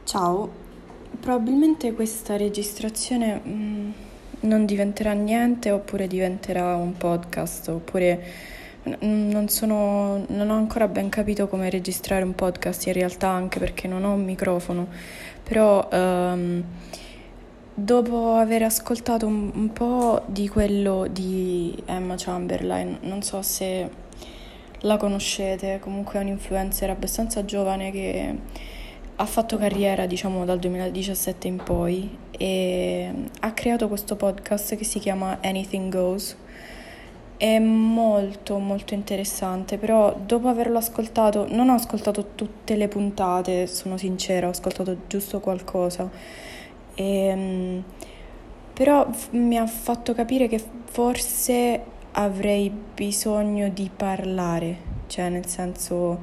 Ciao, probabilmente questa registrazione non diventerà niente, oppure diventerà un podcast, oppure non ho ancora ben capito come registrare un podcast in realtà, anche perché non ho un microfono, però dopo aver ascoltato un po' di quello di Emma Chamberlain, non so se la conoscete, comunque è un influencer abbastanza giovane che ha fatto carriera, diciamo, dal 2017 in poi e ha creato questo podcast che si chiama Anything Goes. È molto molto interessante, però dopo averlo ascoltato, non ho ascoltato tutte le puntate, sono sincera, ho ascoltato giusto qualcosa. Però mi ha fatto capire che forse avrei bisogno di parlare, cioè nel senso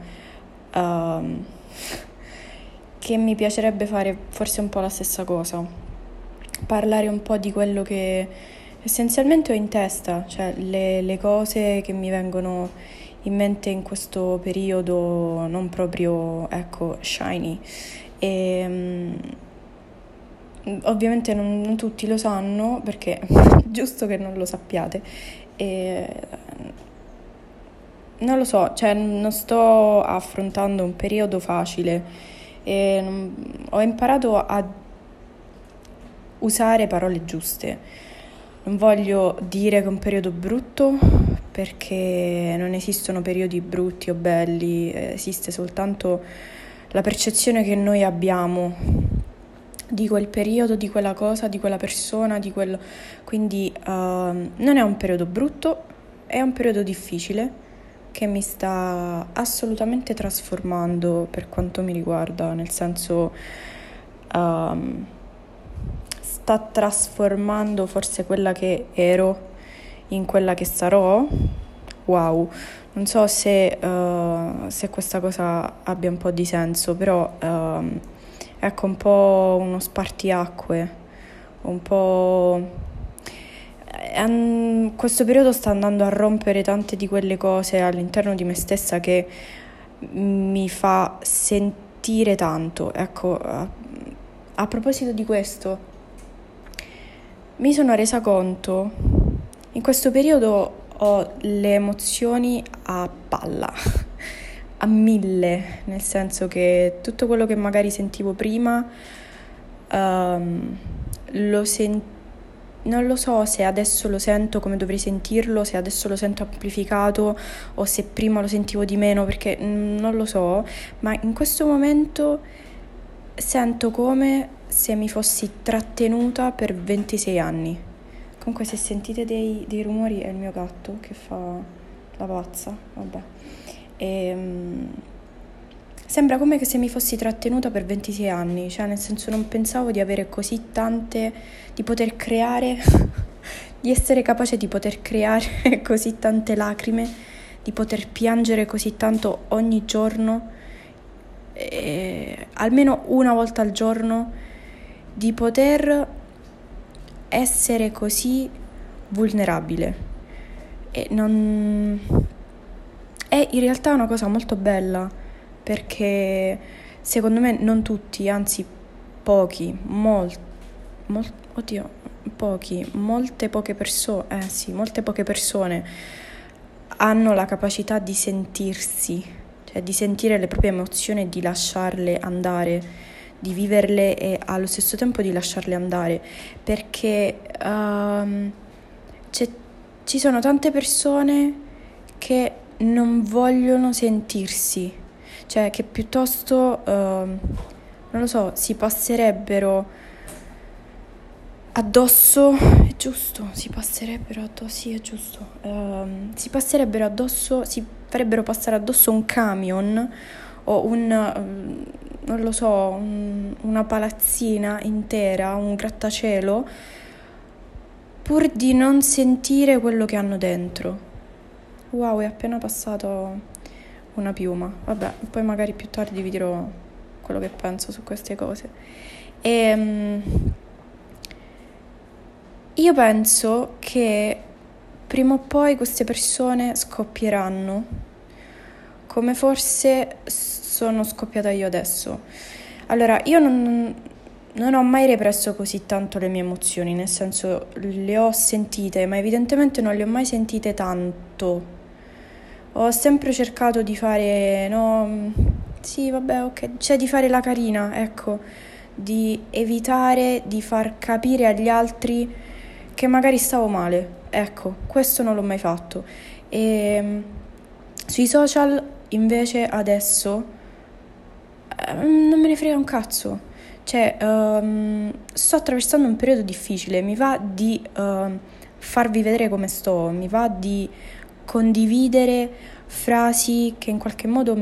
che mi piacerebbe fare forse un po' la stessa cosa, parlare un po' di quello che essenzialmente ho in testa, cioè le cose che mi vengono in mente in questo periodo non proprio, ecco, shiny. E ovviamente non tutti lo sanno, perché è giusto che non lo sappiate. E non lo so, cioè non sto affrontando un periodo facile e ho imparato a usare parole giuste. Non voglio dire che è un periodo brutto, perché non esistono periodi brutti o belli, esiste soltanto la percezione che noi abbiamo di quel periodo, di quella cosa, di quella persona, di quello. Quindi non è un periodo brutto, è un periodo difficile che mi sta assolutamente trasformando per quanto mi riguarda, nel senso sta trasformando forse quella che ero in quella che sarò. Wow, non so se questa cosa abbia un po' di senso, però ecco, un po' uno spartiacque, un po'. Questo periodo sta andando a rompere tante di quelle cose all'interno di me stessa che mi fa sentire tanto. Ecco, a proposito di questo, mi sono resa conto, in questo periodo ho le emozioni a palla, a mille, nel senso che tutto quello che magari sentivo prima lo sentivo. Non lo so se adesso lo sento come dovrei sentirlo, se adesso lo sento amplificato o se prima lo sentivo di meno, perché non lo so, ma in questo momento sento come se mi fossi trattenuta per 26 anni. Comunque, se sentite dei rumori è il mio gatto che fa la pazza, vabbè. Sembra come se mi fossi trattenuta per 26 anni, cioè nel senso non pensavo di avere così tante, di poter creare, di essere capace di poter creare così tante lacrime, di poter piangere così tanto ogni giorno, almeno una volta al giorno, di poter essere così vulnerabile. E non. È in realtà una cosa molto bella, perché secondo me non tutti, anzi pochi, molte poche persone, molte poche persone hanno la capacità di sentirsi, cioè di sentire le proprie emozioni e di lasciarle andare, di viverle e allo stesso tempo di lasciarle andare, perché ci sono tante persone che non vogliono sentirsi, cioè che piuttosto, non lo so, si passerebbero addosso, è giusto, si passerebbero addosso, sì, è giusto, si passerebbero addosso, si farebbero passare addosso un camion o non lo so, una palazzina intera, un grattacielo, pur di non sentire quello che hanno dentro. Wow, è appena passato una piuma. Vabbè, poi magari più tardi vi dirò quello che penso su queste cose. Io penso che prima o poi queste persone scoppieranno, come forse sono scoppiata io adesso. Allora, io non ho mai represso così tanto le mie emozioni, nel senso le ho sentite, ma evidentemente non le ho mai sentite tanto. Ho sempre cercato di fare, no, sì, vabbè, ok, cioè di fare la carina, ecco, di evitare di far capire agli altri che magari stavo male, ecco, questo non l'ho mai fatto. E sui social invece adesso non me ne frega un cazzo. Cioè, sto attraversando un periodo difficile, mi va di farvi vedere come sto, mi va di condividere frasi che in qualche modo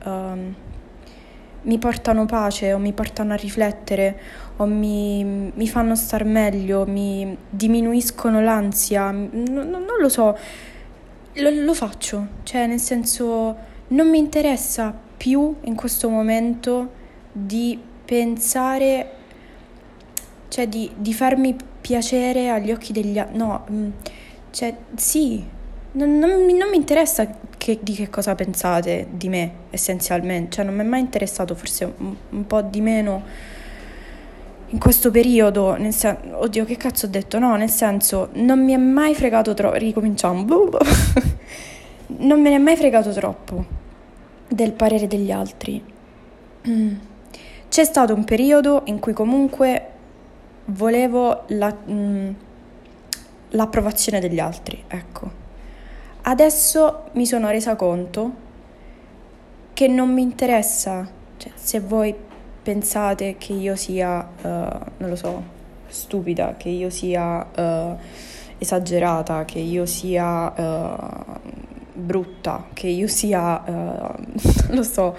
mi portano pace o mi portano a riflettere o mi fanno star meglio, mi diminuiscono l'ansia, non lo so, lo faccio, cioè nel senso non mi interessa più in questo momento di pensare, cioè di farmi piacere agli occhi degli altri, no, cioè sì, non mi interessa di che cosa pensate di me essenzialmente, cioè non mi è mai interessato, forse un po' di meno in questo periodo, oddio che cazzo ho detto, no, nel senso non mi è mai fregato troppo, ricominciamo, non me ne è mai fregato troppo del parere degli altri. C'è stato un periodo in cui comunque volevo l'approvazione degli altri, ecco. Adesso mi sono resa conto che non mi interessa, cioè se voi pensate che io sia, non lo so, stupida, che io sia esagerata, che io sia brutta, che io sia, non lo so,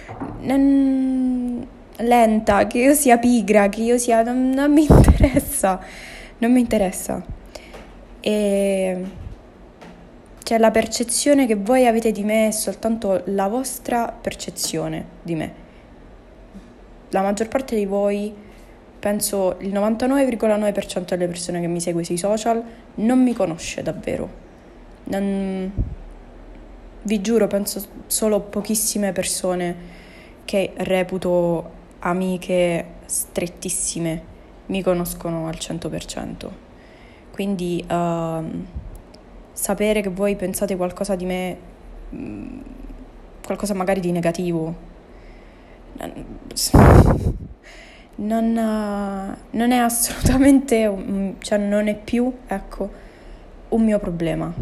lenta, che io sia pigra, che io sia... non mi interessa, non mi interessa. E cioè la percezione che voi avete di me è soltanto la vostra percezione di me. La maggior parte di voi, penso il 99,9% delle persone che mi segue sui social, non mi conosce davvero. Vi giuro, penso solo pochissime persone che reputo amiche strettissime mi conoscono al 100%. Quindi sapere che voi pensate qualcosa di me, qualcosa magari di negativo, non è assolutamente, cioè non è più, ecco, un mio problema.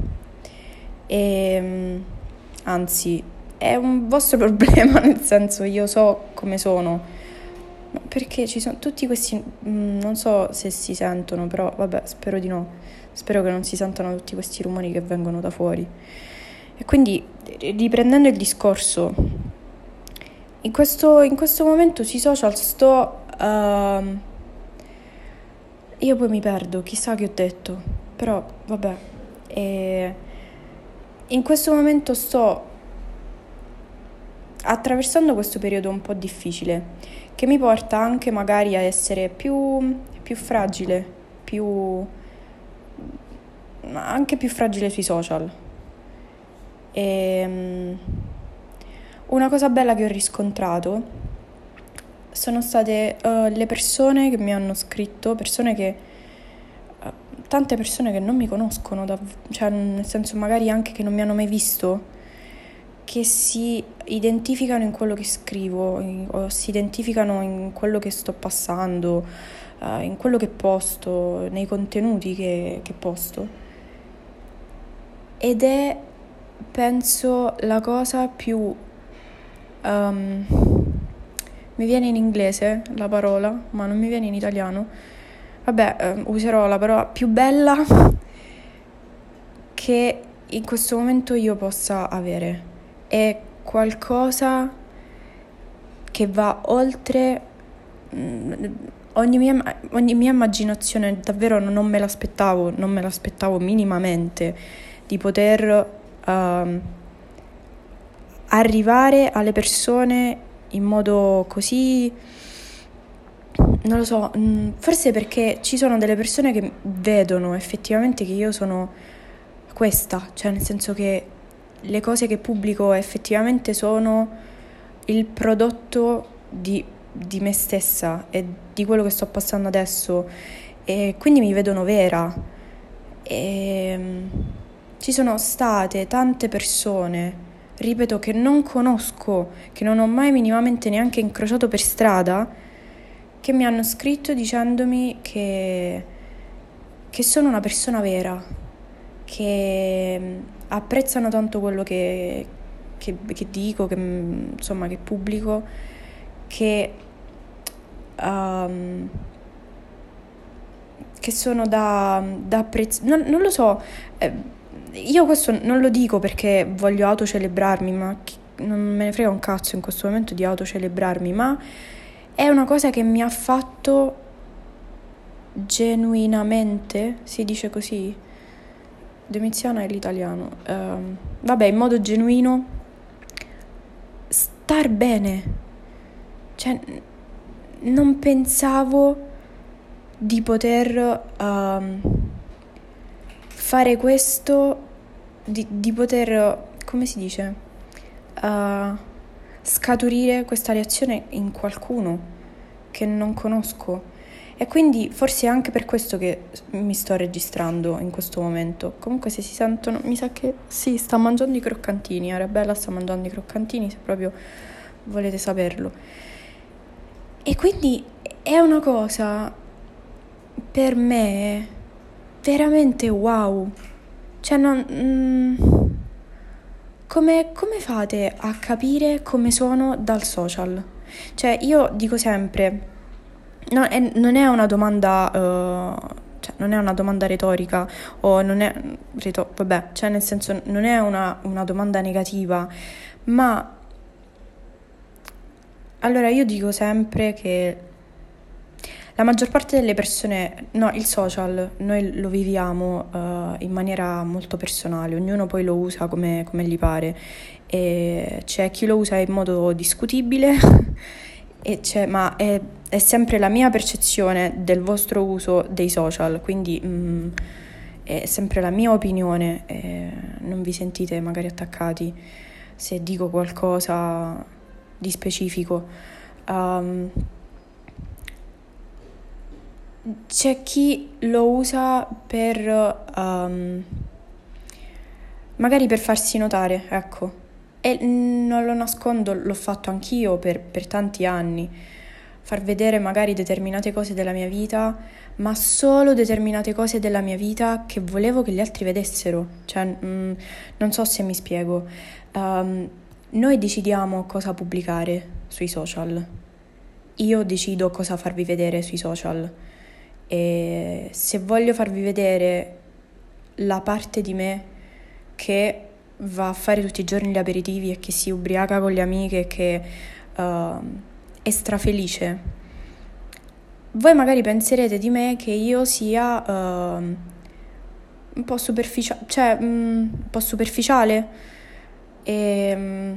E anzi, è un vostro problema, nel senso io so come sono. No, perché ci sono tutti questi, non so se si sentono, però vabbè, spero di no. Spero che non si sentano tutti questi rumori che vengono da fuori. E quindi, riprendendo il discorso, in questo momento sui social io poi mi perdo, chissà che ho detto, però vabbè. In questo momento sto attraversando questo periodo un po' difficile, che mi porta anche magari a essere più fragile, anche più fragile sui social. Una cosa bella che ho riscontrato sono state le persone che mi hanno scritto, tante persone che non mi conoscono, cioè nel senso magari anche che non mi hanno mai visto, che si identificano in quello che scrivo, o si identificano in quello che sto passando, in quello che posto, nei contenuti che posto. Ed è, penso, la cosa più... mi viene in inglese la parola, ma non mi viene in italiano. Vabbè, userò la parola più bella che in questo momento io possa avere. È qualcosa che va oltre ogni mia immaginazione. Davvero non me l'aspettavo minimamente di poter arrivare alle persone in modo così, non lo so, forse perché ci sono delle persone che vedono effettivamente che io sono questa, cioè nel senso che le cose che pubblico effettivamente sono il prodotto di di me stessa e di quello che sto passando adesso, e quindi mi vedono vera. E ci sono state tante persone, ripeto, che non conosco, che non ho mai minimamente neanche incrociato per strada, che mi hanno scritto dicendomi che sono una persona vera, che apprezzano tanto quello che dico, insomma, che pubblico, ehm, che sono da apprezzare. Non lo so, io questo non lo dico perché voglio autocelebrarmi, ma non me ne frega un cazzo in questo momento di autocelebrarmi, ma è una cosa che mi ha fatto genuinamente, si dice così? Domiziana è l'italiano. Vabbè, in modo genuino, star bene. Cioè, non pensavo di poter fare questo, di poter, come si dice, scaturire questa reazione in qualcuno che non conosco. E quindi forse è anche per questo che mi sto registrando in questo momento. Comunque se si sentono, mi sa che sì, sta mangiando i croccantini, Arabella sta mangiando i croccantini, se proprio volete saperlo. E quindi è una cosa per me veramente wow. Cioè come fate a capire come sono dal social? Cioè io dico sempre, no, non è una domanda, cioè non è una domanda retorica o non è, vabbè, cioè nel senso non è una domanda negativa, ma allora io dico sempre che la maggior parte delle persone, no, il social noi lo viviamo in maniera molto personale, ognuno poi lo usa come gli pare, e c'è chi lo usa in modo discutibile ma è sempre la mia percezione del vostro uso dei social, quindi è sempre la mia opinione, non vi sentite magari attaccati se dico qualcosa di specifico. C'è chi lo usa per magari per farsi notare, ecco. E non lo nascondo, l'ho fatto anch'io per tanti anni, far vedere magari determinate cose della mia vita, ma solo determinate cose della mia vita che volevo che gli altri vedessero. Cioè, non so se mi spiego. Noi decidiamo cosa pubblicare sui social. Io decido cosa farvi vedere sui social. E se voglio farvi vedere la parte di me che va a fare tutti i giorni gli aperitivi e che si ubriaca con le amiche e che è strafelice, voi magari penserete di me che io sia un po' superficiale, cioè un po' superficiale, e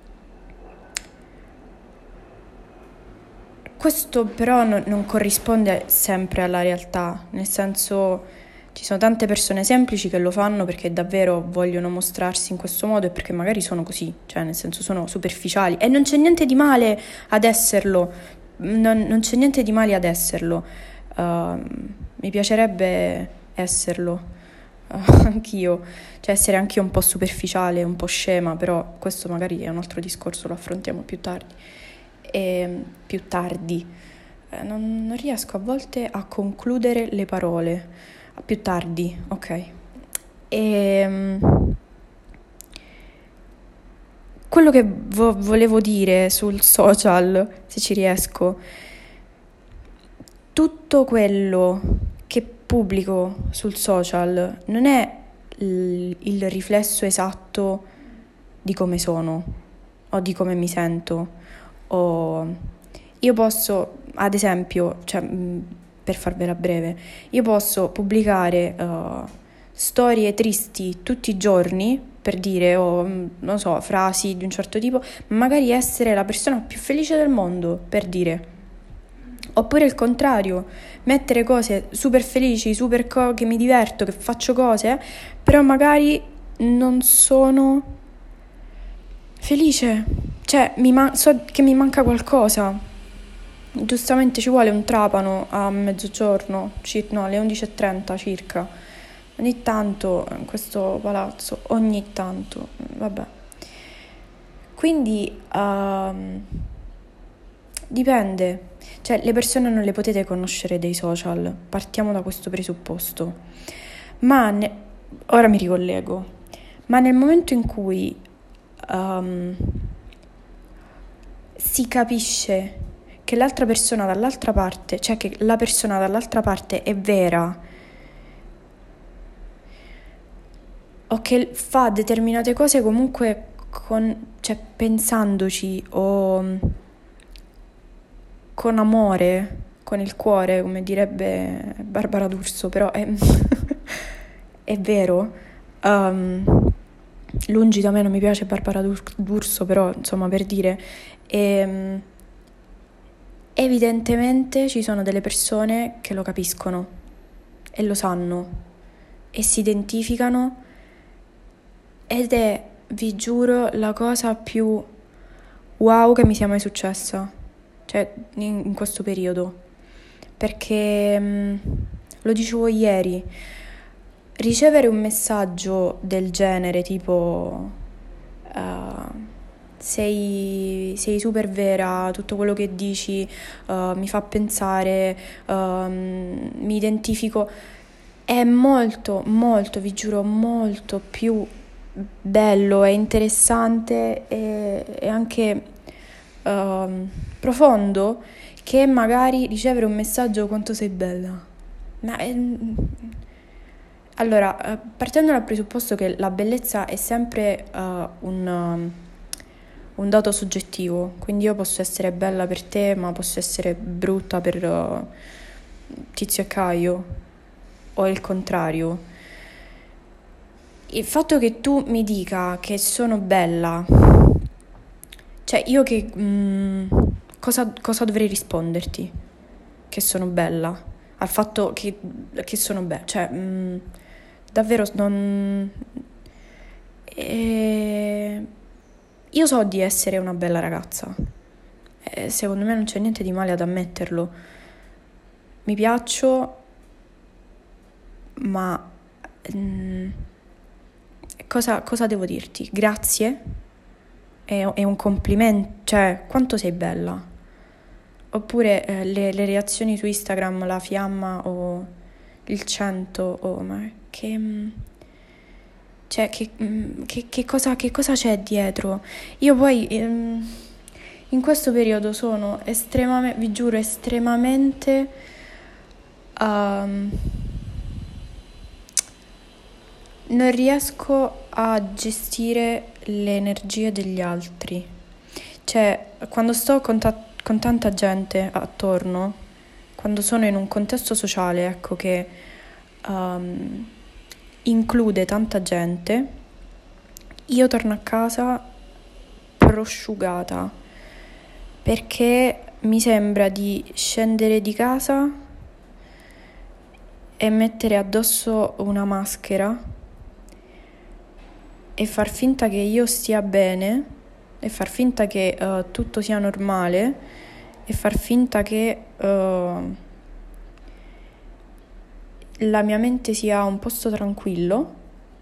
questo però non corrisponde sempre alla realtà, nel senso ci sono tante persone semplici che lo fanno perché davvero vogliono mostrarsi in questo modo e perché magari sono così, cioè nel senso sono superficiali, e non c'è niente di male ad esserlo, non c'è niente di male ad esserlo, mi piacerebbe esserlo, anch'io, cioè essere anch'io un po' superficiale, un po' scema, però questo magari è un altro discorso, lo affrontiamo più tardi. Non riesco a volte a concludere le parole. Più tardi, ok. Quello che volevo dire sul social, se ci riesco, tutto quello che pubblico sul social non è il riflesso esatto di come sono o di come mi sento. Io posso, ad esempio, cioè, per farvela breve, io posso pubblicare storie tristi tutti i giorni, per dire, o non so, frasi di un certo tipo, magari essere la persona più felice del mondo, per dire. Oppure il contrario, mettere cose super felici, che mi diverto, che faccio cose, però magari non sono felice, cioè so che mi manca qualcosa. Giustamente ci vuole un trapano a mezzogiorno, no, alle 11:30 circa. Ogni tanto in questo palazzo, ogni tanto, vabbè. Quindi dipende, cioè le persone non le potete conoscere dai social, partiamo da questo presupposto. Ma ora mi ricollego, ma nel momento in cui si capisce che l'altra persona dall'altra parte, cioè che la persona dall'altra parte è vera o che fa determinate cose comunque cioè pensandoci o con amore, con il cuore, come direbbe Barbara D'Urso, però è vero. Lungi da me, non mi piace Barbara D'Urso, però insomma per dire, evidentemente ci sono delle persone che lo capiscono e lo sanno e si identificano ed è, vi giuro, la cosa più wow che mi sia mai successa, cioè in questo periodo, perché lo dicevo ieri, ricevere un messaggio del genere tipo sei super vera, tutto quello che dici mi fa pensare, mi identifico, è molto, molto, vi giuro, molto più bello e interessante e anche profondo che magari ricevere un messaggio quanto sei bella. Ma allora, partendo dal presupposto che la bellezza è sempre un dato soggettivo, quindi io posso essere bella per te, ma posso essere brutta per Tizio e Caio, o il contrario. Il fatto che tu mi dica che sono bella, cioè io che cosa dovrei risponderti? Che sono bella? Al fatto che sono bella, cioè davvero non... Io so di essere una bella ragazza, secondo me non c'è niente di male ad ammetterlo. Mi piaccio, ma cosa devo dirti? Grazie? È un complimento, cioè quanto sei bella? Oppure le reazioni su Instagram, la fiamma o il 100, ma cioè che cosa c'è dietro? Io poi in questo periodo sono estremamente, vi giuro, estremamente non riesco a gestire le energie degli altri. Cioè, quando sto con tanta gente attorno, quando sono in un contesto sociale, ecco, che include tanta gente, io torno a casa prosciugata, perché mi sembra di scendere di casa e mettere addosso una maschera e far finta che io stia bene e far finta che tutto sia normale e far finta che la mia mente sia un posto tranquillo,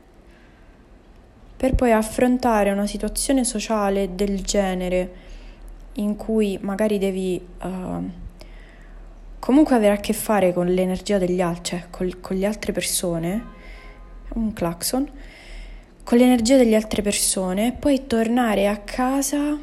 per poi affrontare una situazione sociale del genere in cui magari devi comunque avere a che fare con l'energia degli altri, cioè con le altre persone, un clacson, con l'energia delle altre persone, e poi tornare a casa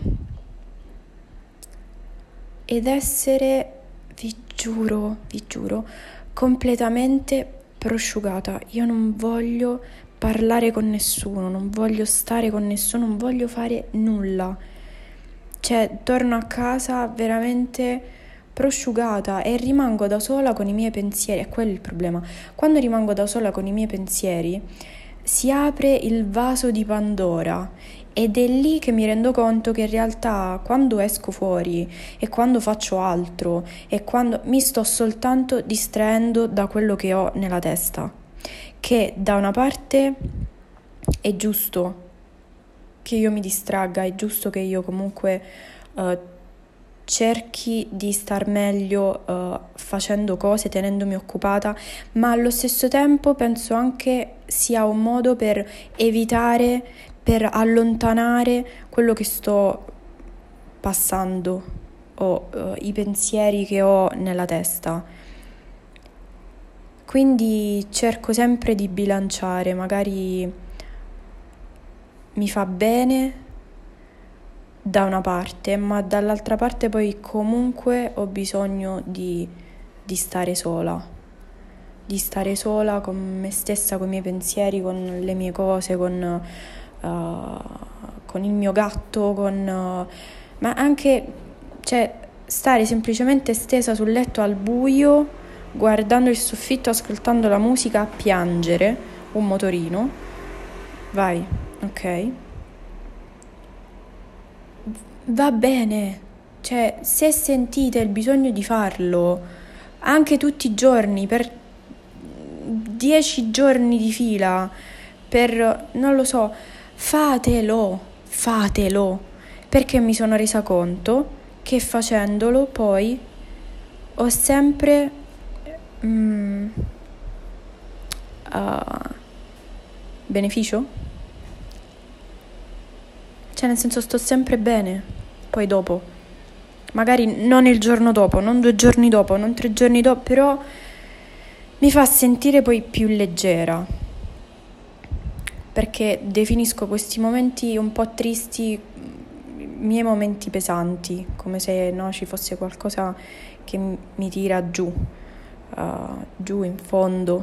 ed essere, vi giuro, completamente prosciugata. Io non voglio parlare con nessuno, non voglio stare con nessuno, non voglio fare nulla. Cioè, torno a casa veramente prosciugata e rimango da sola con i miei pensieri. È quello il problema. Quando rimango da sola con i miei pensieri, si apre il vaso di Pandora ed è lì che mi rendo conto che in realtà quando esco fuori e quando faccio altro e quando mi sto soltanto distraendo da quello che ho nella testa, che da una parte è giusto che io mi distragga, è giusto che io comunque cerchi di star meglio facendo cose, tenendomi occupata, ma allo stesso tempo penso anche sia un modo per evitare, per allontanare quello che sto passando o i pensieri che ho nella testa. Quindi cerco sempre di bilanciare, magari mi fa bene da una parte, ma dall'altra parte poi comunque ho bisogno di stare sola con me stessa, con i miei pensieri, con le mie cose, con il mio gatto, ma anche, cioè, stare semplicemente stesa sul letto al buio, guardando il soffitto, ascoltando la musica, a piangere, un motorino. Vai, ok? Va bene, cioè se sentite il bisogno di farlo anche tutti i giorni, per 10 giorni di fila, per, non lo so, fatelo, perché mi sono resa conto che facendolo poi ho sempre beneficio? Cioè, nel senso, sto sempre bene, poi dopo. Magari non il giorno dopo, non 2 giorni dopo, non 3 giorni dopo, però mi fa sentire poi più leggera. Perché definisco questi momenti un po' tristi, miei momenti pesanti, come se no, ci fosse qualcosa che mi tira giù, giù in fondo.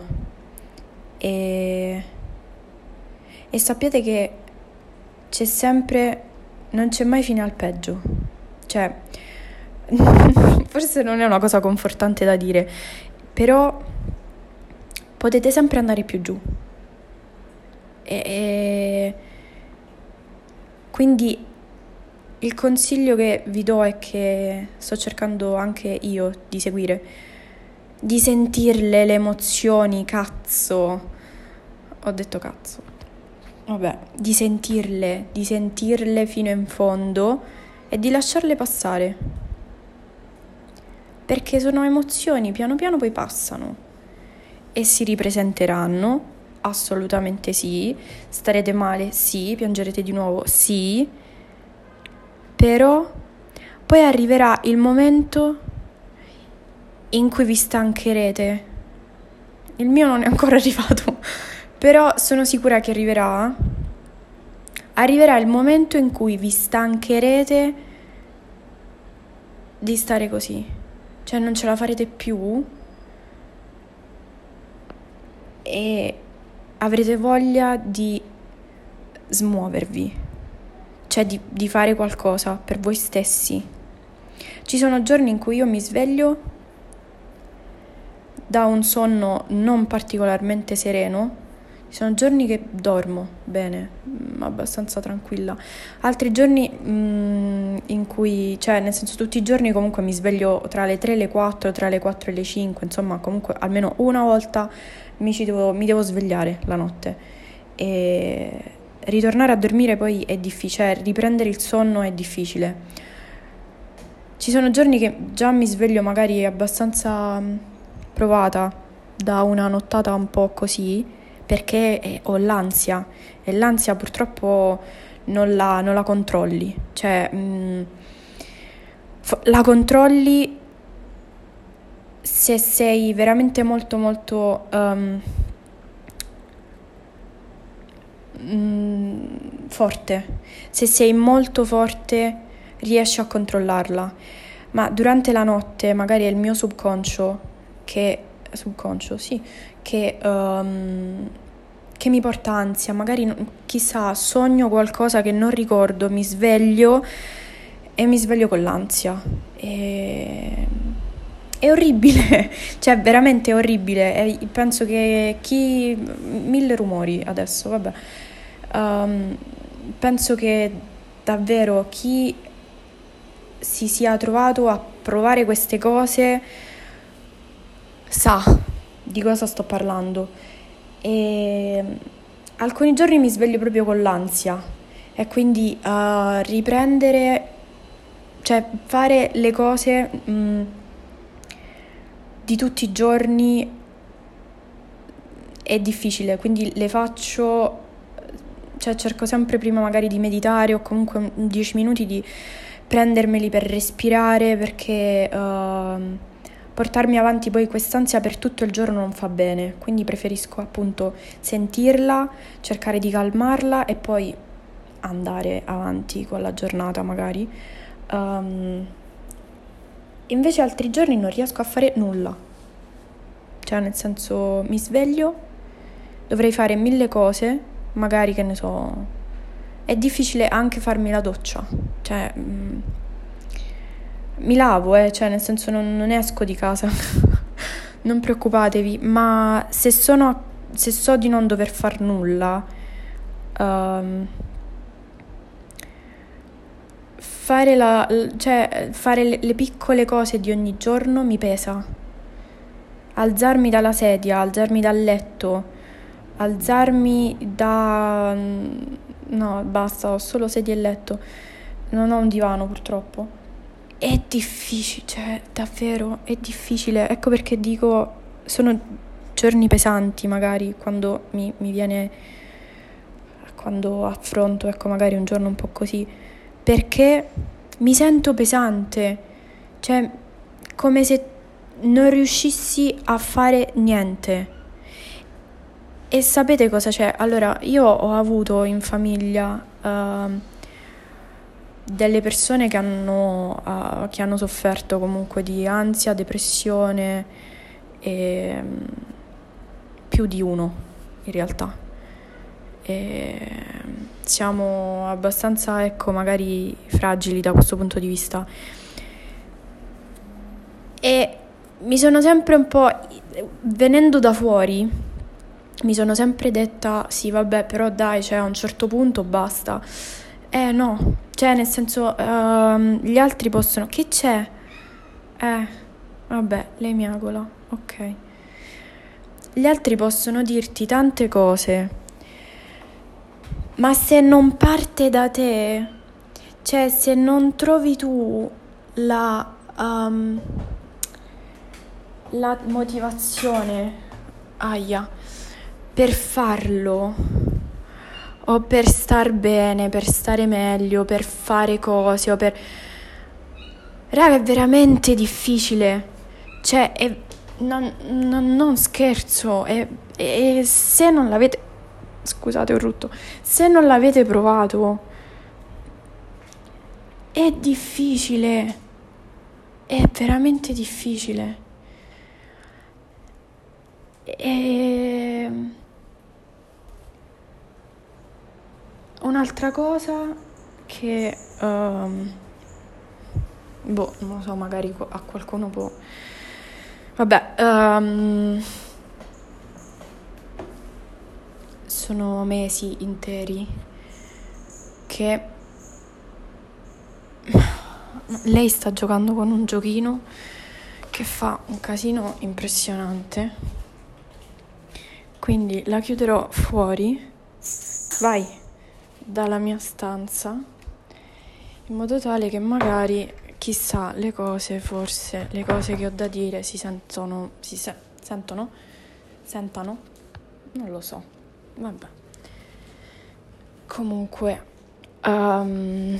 E sappiate che c'è sempre, non c'è mai fine al peggio. Cioè, forse non è una cosa confortante da dire, però potete sempre andare più giù. E quindi il consiglio che vi do è che sto cercando anche io di seguire, di sentirle le emozioni, cazzo. Ho detto cazzo. Vabbè, di sentirle fino in fondo e di lasciarle passare. Perché sono emozioni, piano piano poi passano e si ripresenteranno, assolutamente sì. Starete male, sì, piangerete di nuovo, sì. Però poi arriverà il momento in cui vi stancherete. Il mio non è ancora arrivato, però sono sicura che arriverà. Arriverà il momento in cui vi stancherete di stare così. Cioè non ce la farete più e avrete voglia di smuovervi. Cioè di fare qualcosa per voi stessi. Ci sono giorni in cui io mi sveglio da un sonno non particolarmente sereno. Ci sono giorni che dormo bene, abbastanza tranquilla. Altri giorni in cui, cioè nel senso tutti i giorni comunque mi sveglio tra le 3 e le 4, tra le 4 e le 5, insomma comunque almeno una volta mi devo svegliare la notte. E ritornare a dormire poi è difficile, cioè riprendere il sonno è difficile. Ci sono giorni che già mi sveglio magari abbastanza provata da una nottata un po' così, perché ho l'ansia e l'ansia purtroppo non la controlli, cioè la controlli se sei veramente molto molto forte. Se sei molto forte riesci a controllarla, ma durante la notte magari è il mio subconscio che mi porta ansia, magari chissà, sogno qualcosa che non ricordo, mi sveglio con l'ansia. È orribile, cioè veramente è orribile. E penso che 1000 rumori adesso, vabbè. Penso che davvero chi si sia trovato a provare queste cose sa di cosa sto parlando. E alcuni giorni mi sveglio proprio con l'ansia e quindi riprendere cioè fare le cose di tutti i giorni è difficile, quindi le faccio, cioè cerco sempre prima magari di meditare o comunque 10 minuti di prendermeli per respirare, perché portarmi avanti poi quest'ansia per tutto il giorno non fa bene, quindi preferisco appunto sentirla, cercare di calmarla e poi andare avanti con la giornata magari. Invece altri giorni non riesco a fare nulla, cioè nel senso mi sveglio, dovrei fare 1000 cose, magari, che ne so, è difficile anche farmi la doccia, cioè mi lavo, cioè nel senso non esco di casa, non preoccupatevi, ma se so di non dover far nulla, fare le piccole cose di ogni giorno mi pesa. Alzarmi dalla sedia, alzarmi dal letto, alzarmi da... No, basta, ho solo sedia e letto. Non ho un divano purtroppo. È difficile, cioè davvero è difficile. Ecco perché dico, sono giorni pesanti magari quando mi viene, quando affronto, ecco, magari un giorno un po' così, perché mi sento pesante, cioè come se non riuscissi a fare niente. E sapete cosa c'è? Allora, io ho avuto in famiglia delle persone che hanno sofferto comunque di ansia, depressione, e più di uno in realtà. E siamo abbastanza, ecco, magari fragili da questo punto di vista. E mi sono sempre un po', venendo da fuori, mi sono sempre detta, sì vabbè, però dai, cioè a un certo punto basta. No, cioè nel senso, gli altri possono, che c'è? Vabbè, lei mi agola, ok. Gli altri possono dirti tante cose, ma se non parte da te, cioè se non trovi tu la motivazione, per farlo, o per star bene, per stare meglio, per fare cose, o per... Raga, è veramente difficile, cioè non scherzo, e se non l'avete... Scusate, ho rotto. Se non l'avete provato, è difficile, è veramente difficile. E un'altra cosa che non lo so, magari a qualcuno può, vabbè, sono mesi interi che lei sta giocando con un giochino che fa un casino impressionante. Quindi la chiuderò fuori, vai, dalla mia stanza, in modo tale che magari, chissà, le cose che ho da dire sentano? Sentano? Non lo so, vabbè. Comunque, non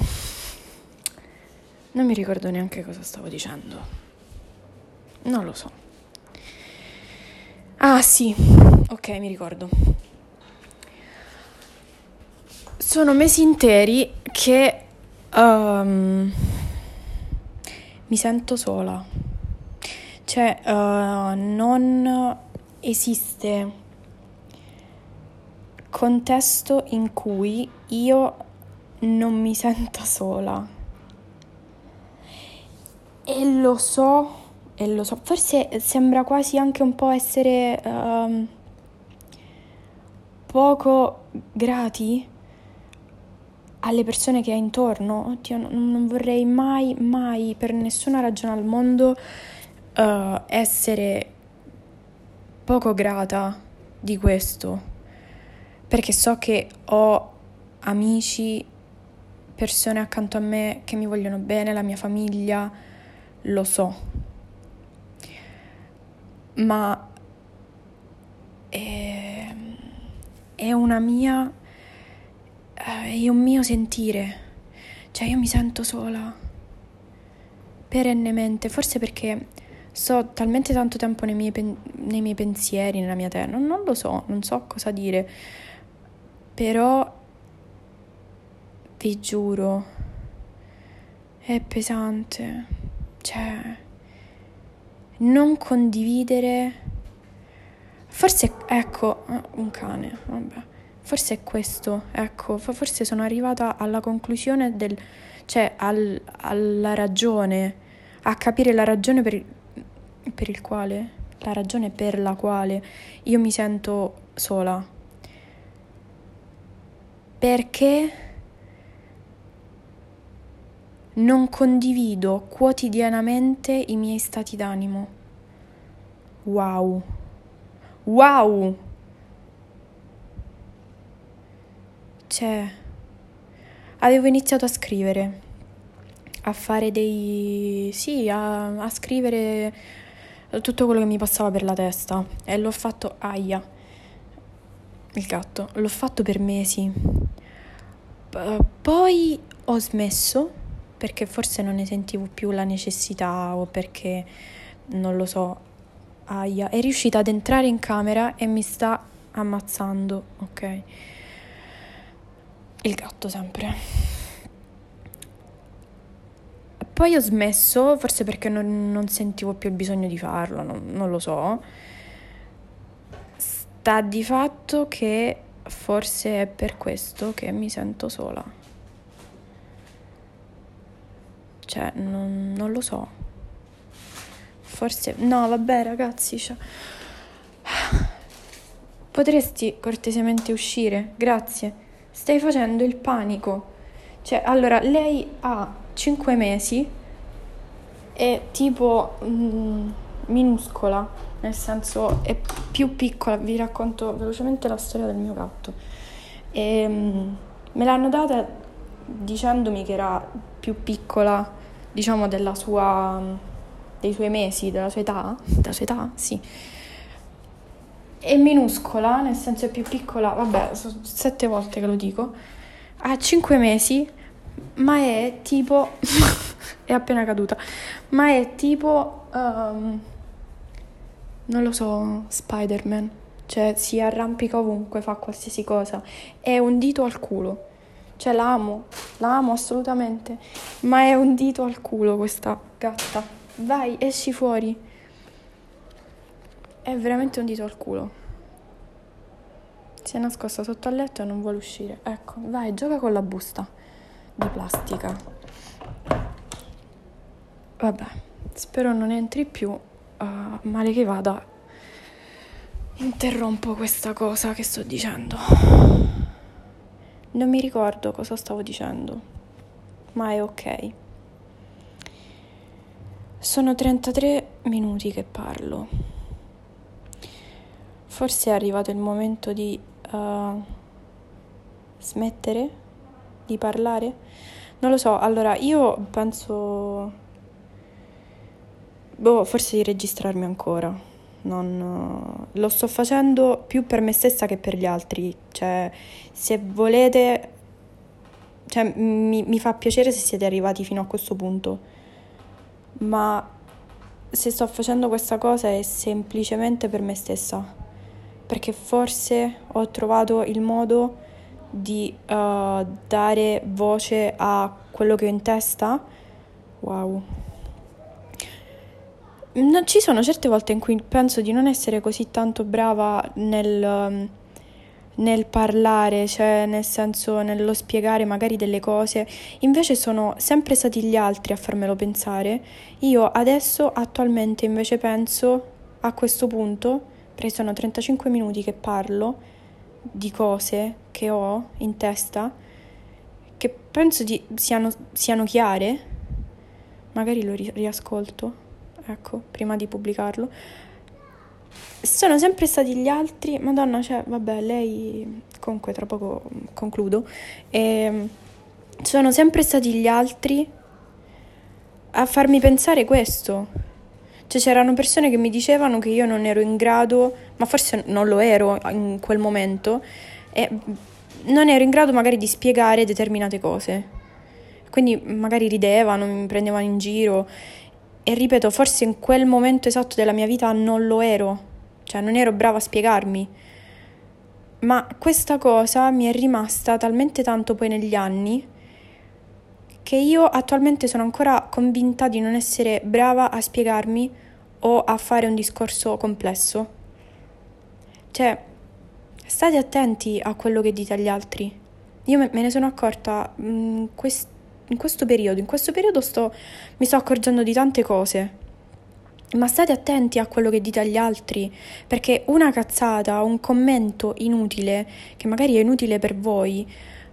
mi ricordo neanche cosa stavo dicendo. Non lo so. Ah, sì, ok, mi ricordo. Sono mesi interi che mi sento sola. Cioè, non esiste contesto in cui io non mi senta sola. E lo so, forse sembra quasi anche un po' essere poco grati alle persone che hai intorno. Oddio, non vorrei mai per nessuna ragione al mondo essere poco grata di questo, perché so che ho amici persone accanto a me che mi vogliono bene, la mia famiglia, lo so, ma è una mia, è un mio sentire, cioè io mi sento sola perennemente, forse perché sto talmente tanto tempo nei miei pensieri, nella mia terra, non lo so, non so cosa dire, però vi giuro, è pesante, cioè non condividere, forse, ecco, un cane, vabbè, forse è questo, ecco, forse sono arrivata alla conclusione cioè alla ragione, a capire la ragione la ragione per la quale io mi sento sola. Perché non condivido quotidianamente i miei stati d'animo. Wow. Wow! Cioè, avevo iniziato a scrivere, a fare a scrivere tutto quello che mi passava per la testa e l'ho fatto, il gatto, l'ho fatto per mesi. Poi ho smesso perché forse non ne sentivo più la necessità o perché, non lo so, è riuscita ad entrare in camera e mi sta ammazzando, ok? Il gatto sempre. Poi ho smesso, forse perché non sentivo più il bisogno di farlo, non lo so. Sta di fatto che forse è per questo che mi sento sola. Cioè, non lo so. Forse... No, vabbè, ragazzi, potresti cortesemente uscire? Grazie. Stai facendo il panico. Cioè, allora, lei ha 5 mesi, è tipo minuscola, nel senso è più piccola. Vi racconto velocemente la storia del mio gatto. Me l'hanno data dicendomi che era più piccola, diciamo, dei suoi mesi, della sua età, sì. È minuscola, nel senso è più piccola, vabbè, sono 7 volte che lo dico, ha 5 mesi, ma è tipo, è appena caduta, ma è tipo, non lo so, Spider-Man, cioè si arrampica ovunque, fa qualsiasi cosa, è un dito al culo, cioè la amo assolutamente, ma è un dito al culo questa gatta, vai, esci fuori. È veramente un dito al culo. Si è nascosta sotto al letto e non vuole uscire. Ecco, vai, gioca con la busta di plastica. Vabbè, spero non entri più. Male che vada, interrompo questa cosa che sto dicendo. Non mi ricordo cosa stavo dicendo, ma è ok. Sono 33 minuti che parlo. Forse è arrivato il momento di smettere di parlare? Non lo so, allora io penso forse di registrarmi ancora. Lo sto facendo più per me stessa che per gli altri. Cioè, se volete, cioè, mi fa piacere se siete arrivati fino a questo punto, ma se sto facendo questa cosa è semplicemente per me stessa, perché forse ho trovato il modo di dare voce a quello che ho in testa. Wow. Ci sono certe volte in cui penso di non essere così tanto brava nel parlare, cioè nel senso nello spiegare magari delle cose, invece sono sempre stati gli altri a farmelo pensare. Io adesso attualmente invece penso a questo punto, perché sono 35 minuti che parlo di cose che ho in testa, che penso siano chiare, magari lo riascolto, ecco, prima di pubblicarlo. Sono sempre stati gli altri, madonna, cioè, vabbè, lei, comunque tra poco concludo, sono sempre stati gli altri a farmi pensare questo. Cioè c'erano persone che mi dicevano che io non ero in grado, ma forse non lo ero in quel momento, e non ero in grado magari di spiegare determinate cose. Quindi magari ridevano, mi prendevano in giro e ripeto, forse in quel momento esatto della mia vita non lo ero, cioè non ero brava a spiegarmi. Ma questa cosa mi è rimasta talmente tanto poi negli anni che io attualmente sono ancora convinta di non essere brava a spiegarmi o a fare un discorso complesso. Cioè, state attenti a quello che dite agli altri. Io me ne sono accorta in questo periodo. In questo periodo mi sto accorgendo di tante cose. Ma state attenti a quello che dite agli altri, perché una cazzata, un commento inutile, che magari è inutile per voi,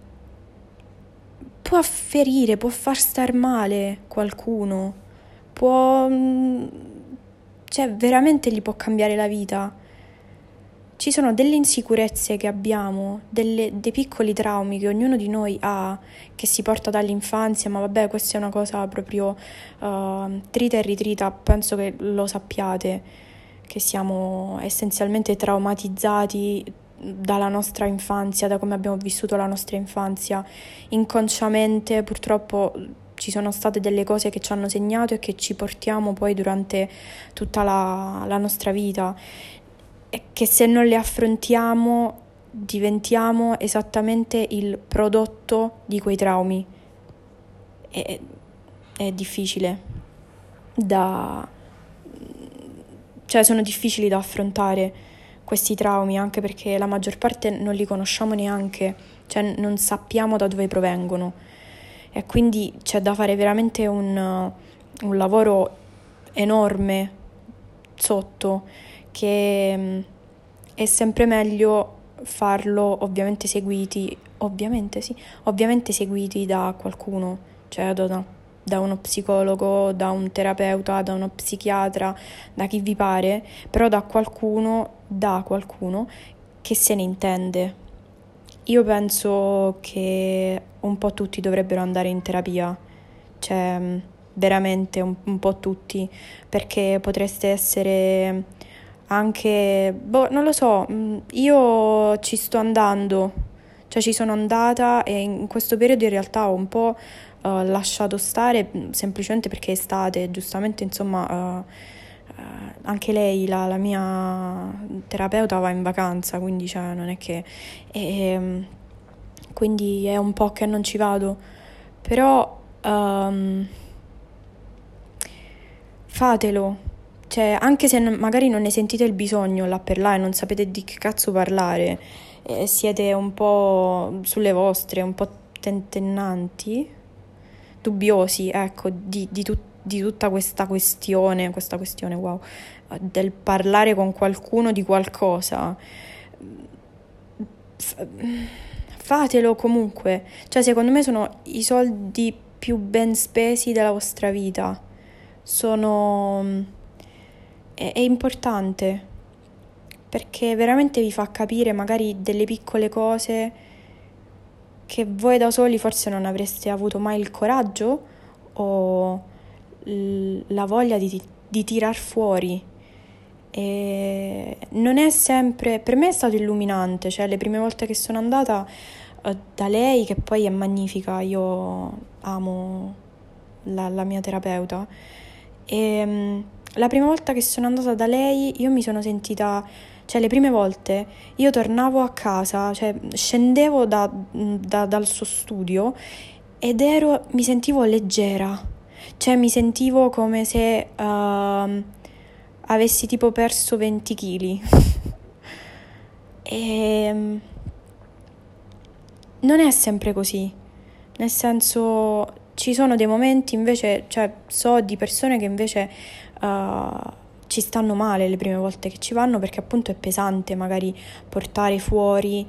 può ferire, può far star male qualcuno, può, cioè veramente gli può cambiare la vita. Ci sono delle insicurezze che abbiamo, dei piccoli traumi che ognuno di noi ha, che si porta dall'infanzia, ma vabbè, questa è una cosa proprio trita e ritrita, penso che lo sappiate, che siamo essenzialmente traumatizzati dalla nostra infanzia, da come abbiamo vissuto la nostra infanzia. Inconsciamente, purtroppo, ci sono state delle cose che ci hanno segnato e che ci portiamo poi durante tutta la nostra vita. E che se non le affrontiamo diventiamo esattamente il prodotto di quei traumi. È difficile cioè sono difficili da affrontare questi traumi, anche perché la maggior parte non li conosciamo neanche, cioè non sappiamo da dove provengono e quindi c'è da fare veramente un lavoro enorme sotto, che è sempre meglio farlo ovviamente seguiti da qualcuno, cioè da uno psicologo, da un terapeuta, da uno psichiatra, da chi vi pare, però da qualcuno che se ne intende. Io penso che un po' tutti dovrebbero andare in terapia, cioè veramente un po' tutti, perché potreste essere anche, non lo so, io ci sto andando, cioè ci sono andata e in questo periodo in realtà ho un po' lasciato stare semplicemente perché è estate, giustamente insomma anche lei, la mia terapeuta va in vacanza, quindi cioè, non è che... quindi è un po' che non ci vado, però fatelo, cioè anche se magari non ne sentite il bisogno là per là e non sapete di che cazzo parlare, siete un po' sulle vostre, un po' tentennanti, dubbiosi, ecco, di tutta questa questione, wow, del parlare con qualcuno di qualcosa. Fatelo comunque, cioè secondo me sono i soldi più ben spesi della vostra vita, è importante perché veramente vi fa capire magari delle piccole cose che voi da soli forse non avreste avuto mai il coraggio o la voglia di tirar fuori. E non è sempre, per me è stato illuminante, cioè le prime volte che sono andata da lei, che poi è magnifica, io amo la mia terapeuta, e la prima volta che sono andata da lei io mi sono sentita, cioè le prime volte io tornavo a casa, cioè scendevo dal suo studio ed mi sentivo leggera, cioè mi sentivo come se avessi tipo perso 20 kg. E non è sempre così, nel senso ci sono dei momenti invece, cioè so di persone che invece ci stanno male le prime volte che ci vanno perché appunto è pesante magari portare fuori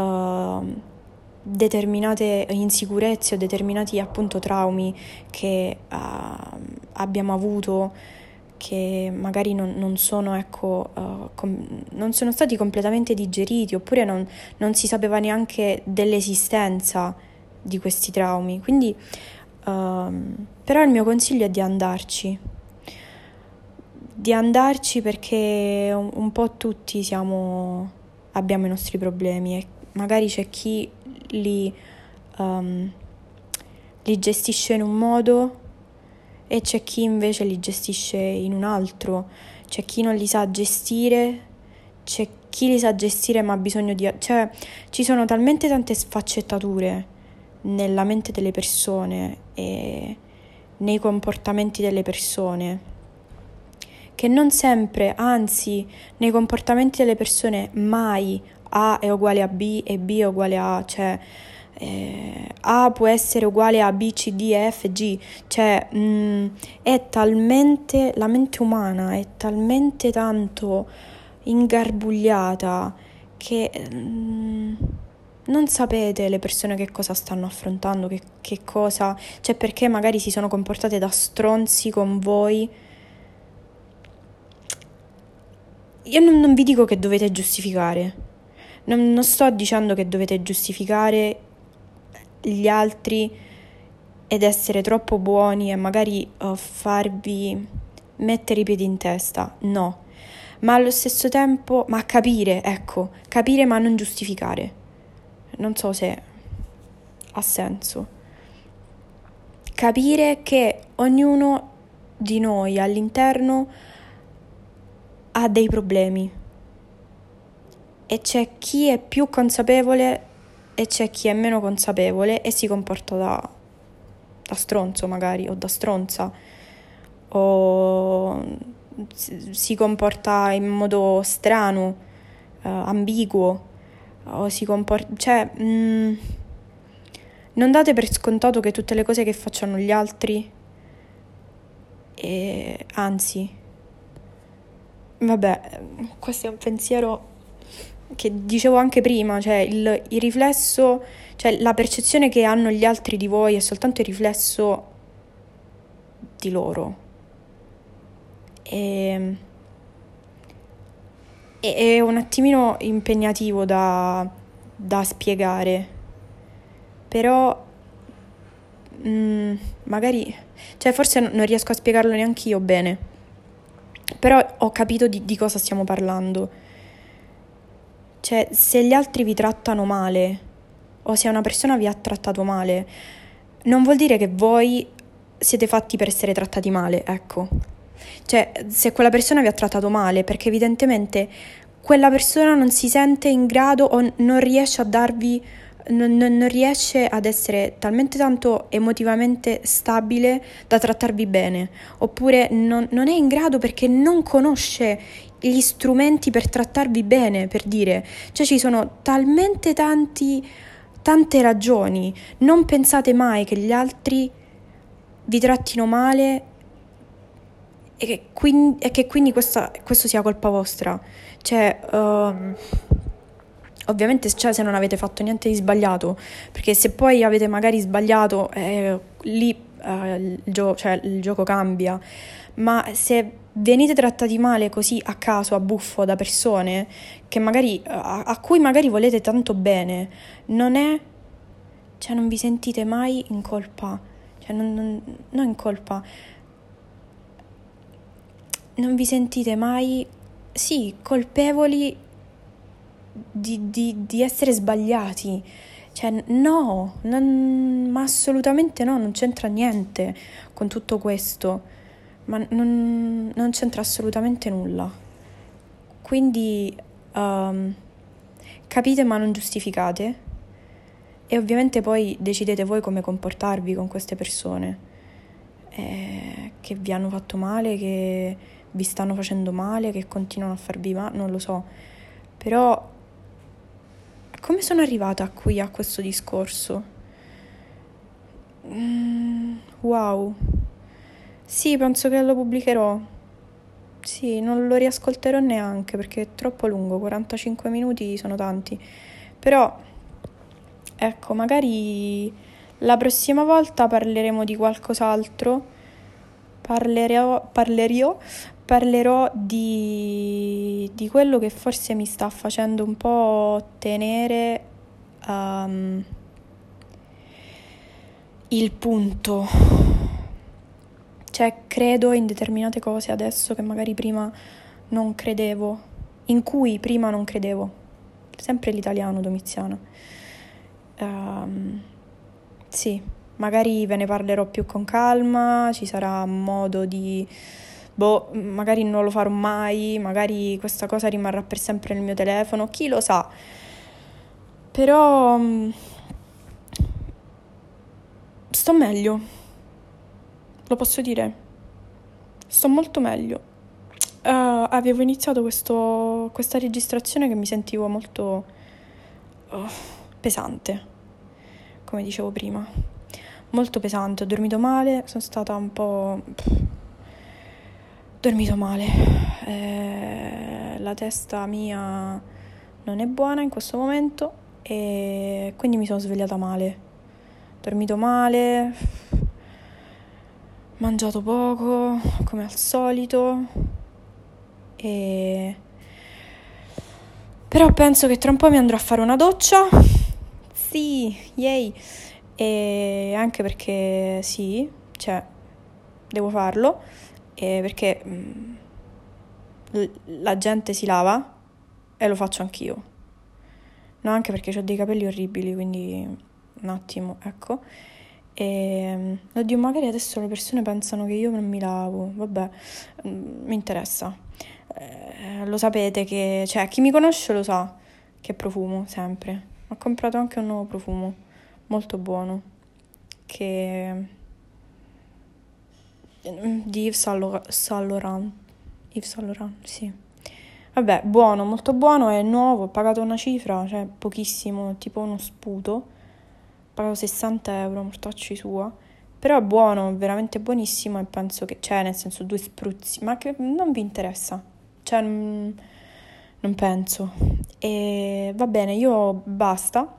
determinate insicurezze o determinati appunto traumi che abbiamo avuto, che magari non sono, ecco, non sono stati completamente digeriti, oppure non si sapeva neanche dell'esistenza di questi traumi. Quindi, però il mio consiglio è di andarci perché un po' tutti abbiamo i nostri problemi e magari c'è chi li gestisce in un modo e c'è chi invece li gestisce in un altro, c'è chi non li sa gestire, c'è chi li sa gestire ma ha bisogno cioè ci sono talmente tante sfaccettature nella mente delle persone e nei comportamenti delle persone che non sempre, anzi, nei comportamenti delle persone mai A è uguale a B e B è uguale a A, cioè A può essere uguale a B, C, D, E, F, G, cioè è talmente, la mente umana è talmente tanto ingarbugliata che non sapete le persone che cosa stanno affrontando, che cosa, cioè perché magari si sono comportate da stronzi con voi. Io non vi dico che dovete giustificare, non sto dicendo che dovete giustificare gli altri ed essere troppo buoni e magari farvi mettere i piedi in testa, no, ma allo stesso tempo, ma capire ma non giustificare, non so se ha senso, capire che ognuno di noi all'interno ha dei problemi e c'è chi è più consapevole e c'è chi è meno consapevole e si comporta da stronzo magari o da stronza o si comporta in modo strano, ambiguo o si comporta, cioè non date per scontato che tutte le cose che facciano gli altri anzi, vabbè, questo è un pensiero che dicevo anche prima, cioè il riflesso, cioè la percezione che hanno gli altri di voi è soltanto il riflesso di loro. E è un attimino impegnativo da spiegare, però magari, cioè forse non riesco a spiegarlo neanche io bene, però ho capito di cosa stiamo parlando. Cioè, se gli altri vi trattano male o se una persona vi ha trattato male, non vuol dire che voi siete fatti per essere trattati male, ecco. Cioè, se quella persona vi ha trattato male, perché evidentemente quella persona non si sente in grado o non riesce a darvi, non riesce ad essere talmente tanto emotivamente stabile da trattarvi bene, oppure non è in grado perché non conosce gli strumenti per trattarvi bene, per dire, cioè ci sono talmente tante ragioni. Non pensate mai che gli altri vi trattino male e che quindi questo sia colpa vostra, cioè ovviamente, cioè, se non avete fatto niente di sbagliato, perché se poi avete magari sbagliato lì il gioco cambia, ma se venite trattati male così a caso, a buffo, da persone che magari a cui magari volete tanto bene, non vi sentite mai in colpa, cioè non in colpa, non vi sentite mai, sì, colpevoli di essere sbagliati, cioè no, ma assolutamente no, non c'entra niente con tutto questo, ma non c'entra assolutamente nulla. Quindi capite ma non giustificate e ovviamente poi decidete voi come comportarvi con queste persone che vi hanno fatto male, che vi stanno facendo male, che continuano a farvi male, non lo so, però come sono arrivata qui a questo discorso? Wow. Sì, penso che lo pubblicherò. Sì, non lo riascolterò neanche perché è troppo lungo, 45 minuti sono tanti. Però, ecco, magari la prossima volta parleremo di qualcos'altro. Parlerò di quello che forse mi sta facendo un po' tenere il punto. Cioè, credo in determinate cose adesso che magari prima non credevo, in cui prima non credevo. Sempre l'italiano, Domiziana. Sì, magari ve ne parlerò più con calma, ci sarà modo di... magari non lo farò mai, magari questa cosa rimarrà per sempre nel mio telefono, chi lo sa. Però sto meglio, lo posso dire, sto molto meglio. Avevo iniziato questa registrazione che mi sentivo molto pesante, come dicevo prima, molto pesante, ho dormito male, sono stata un po'... dormito male, la testa mia non è buona in questo momento e quindi mi sono svegliata male, dormito male, mangiato poco come al solito però penso che tra un po' mi andrò a fare una doccia, sì, yay, e anche perché sì, cioè devo farlo, perché la gente si lava e lo faccio anch'io, no, anche perché ho dei capelli orribili, quindi un attimo, ecco. Oddio, magari adesso le persone pensano che io non mi lavo, vabbè, mi interessa. Lo sapete che, cioè, chi mi conosce lo sa che profumo sempre. Ho comprato anche un nuovo profumo, molto buono, che di Yves Saint Laurent. Yves Saint Laurent, sì. Vabbè, buono, molto buono, è nuovo, ho pagato una cifra, cioè pochissimo, tipo uno sputo. Ho pagato 60 euro, mortacci sua. Però è buono, veramente buonissimo e penso che, cioè, nel senso 2 spruzzi, ma che non vi interessa. Cioè, non penso. E va bene, io basta.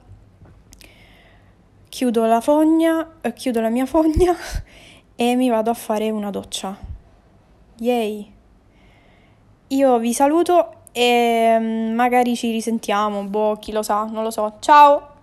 Chiudo la mia fogna e mi vado a fare una doccia. Yay! Io vi saluto e magari ci risentiamo, chi lo sa, non lo so. Ciao!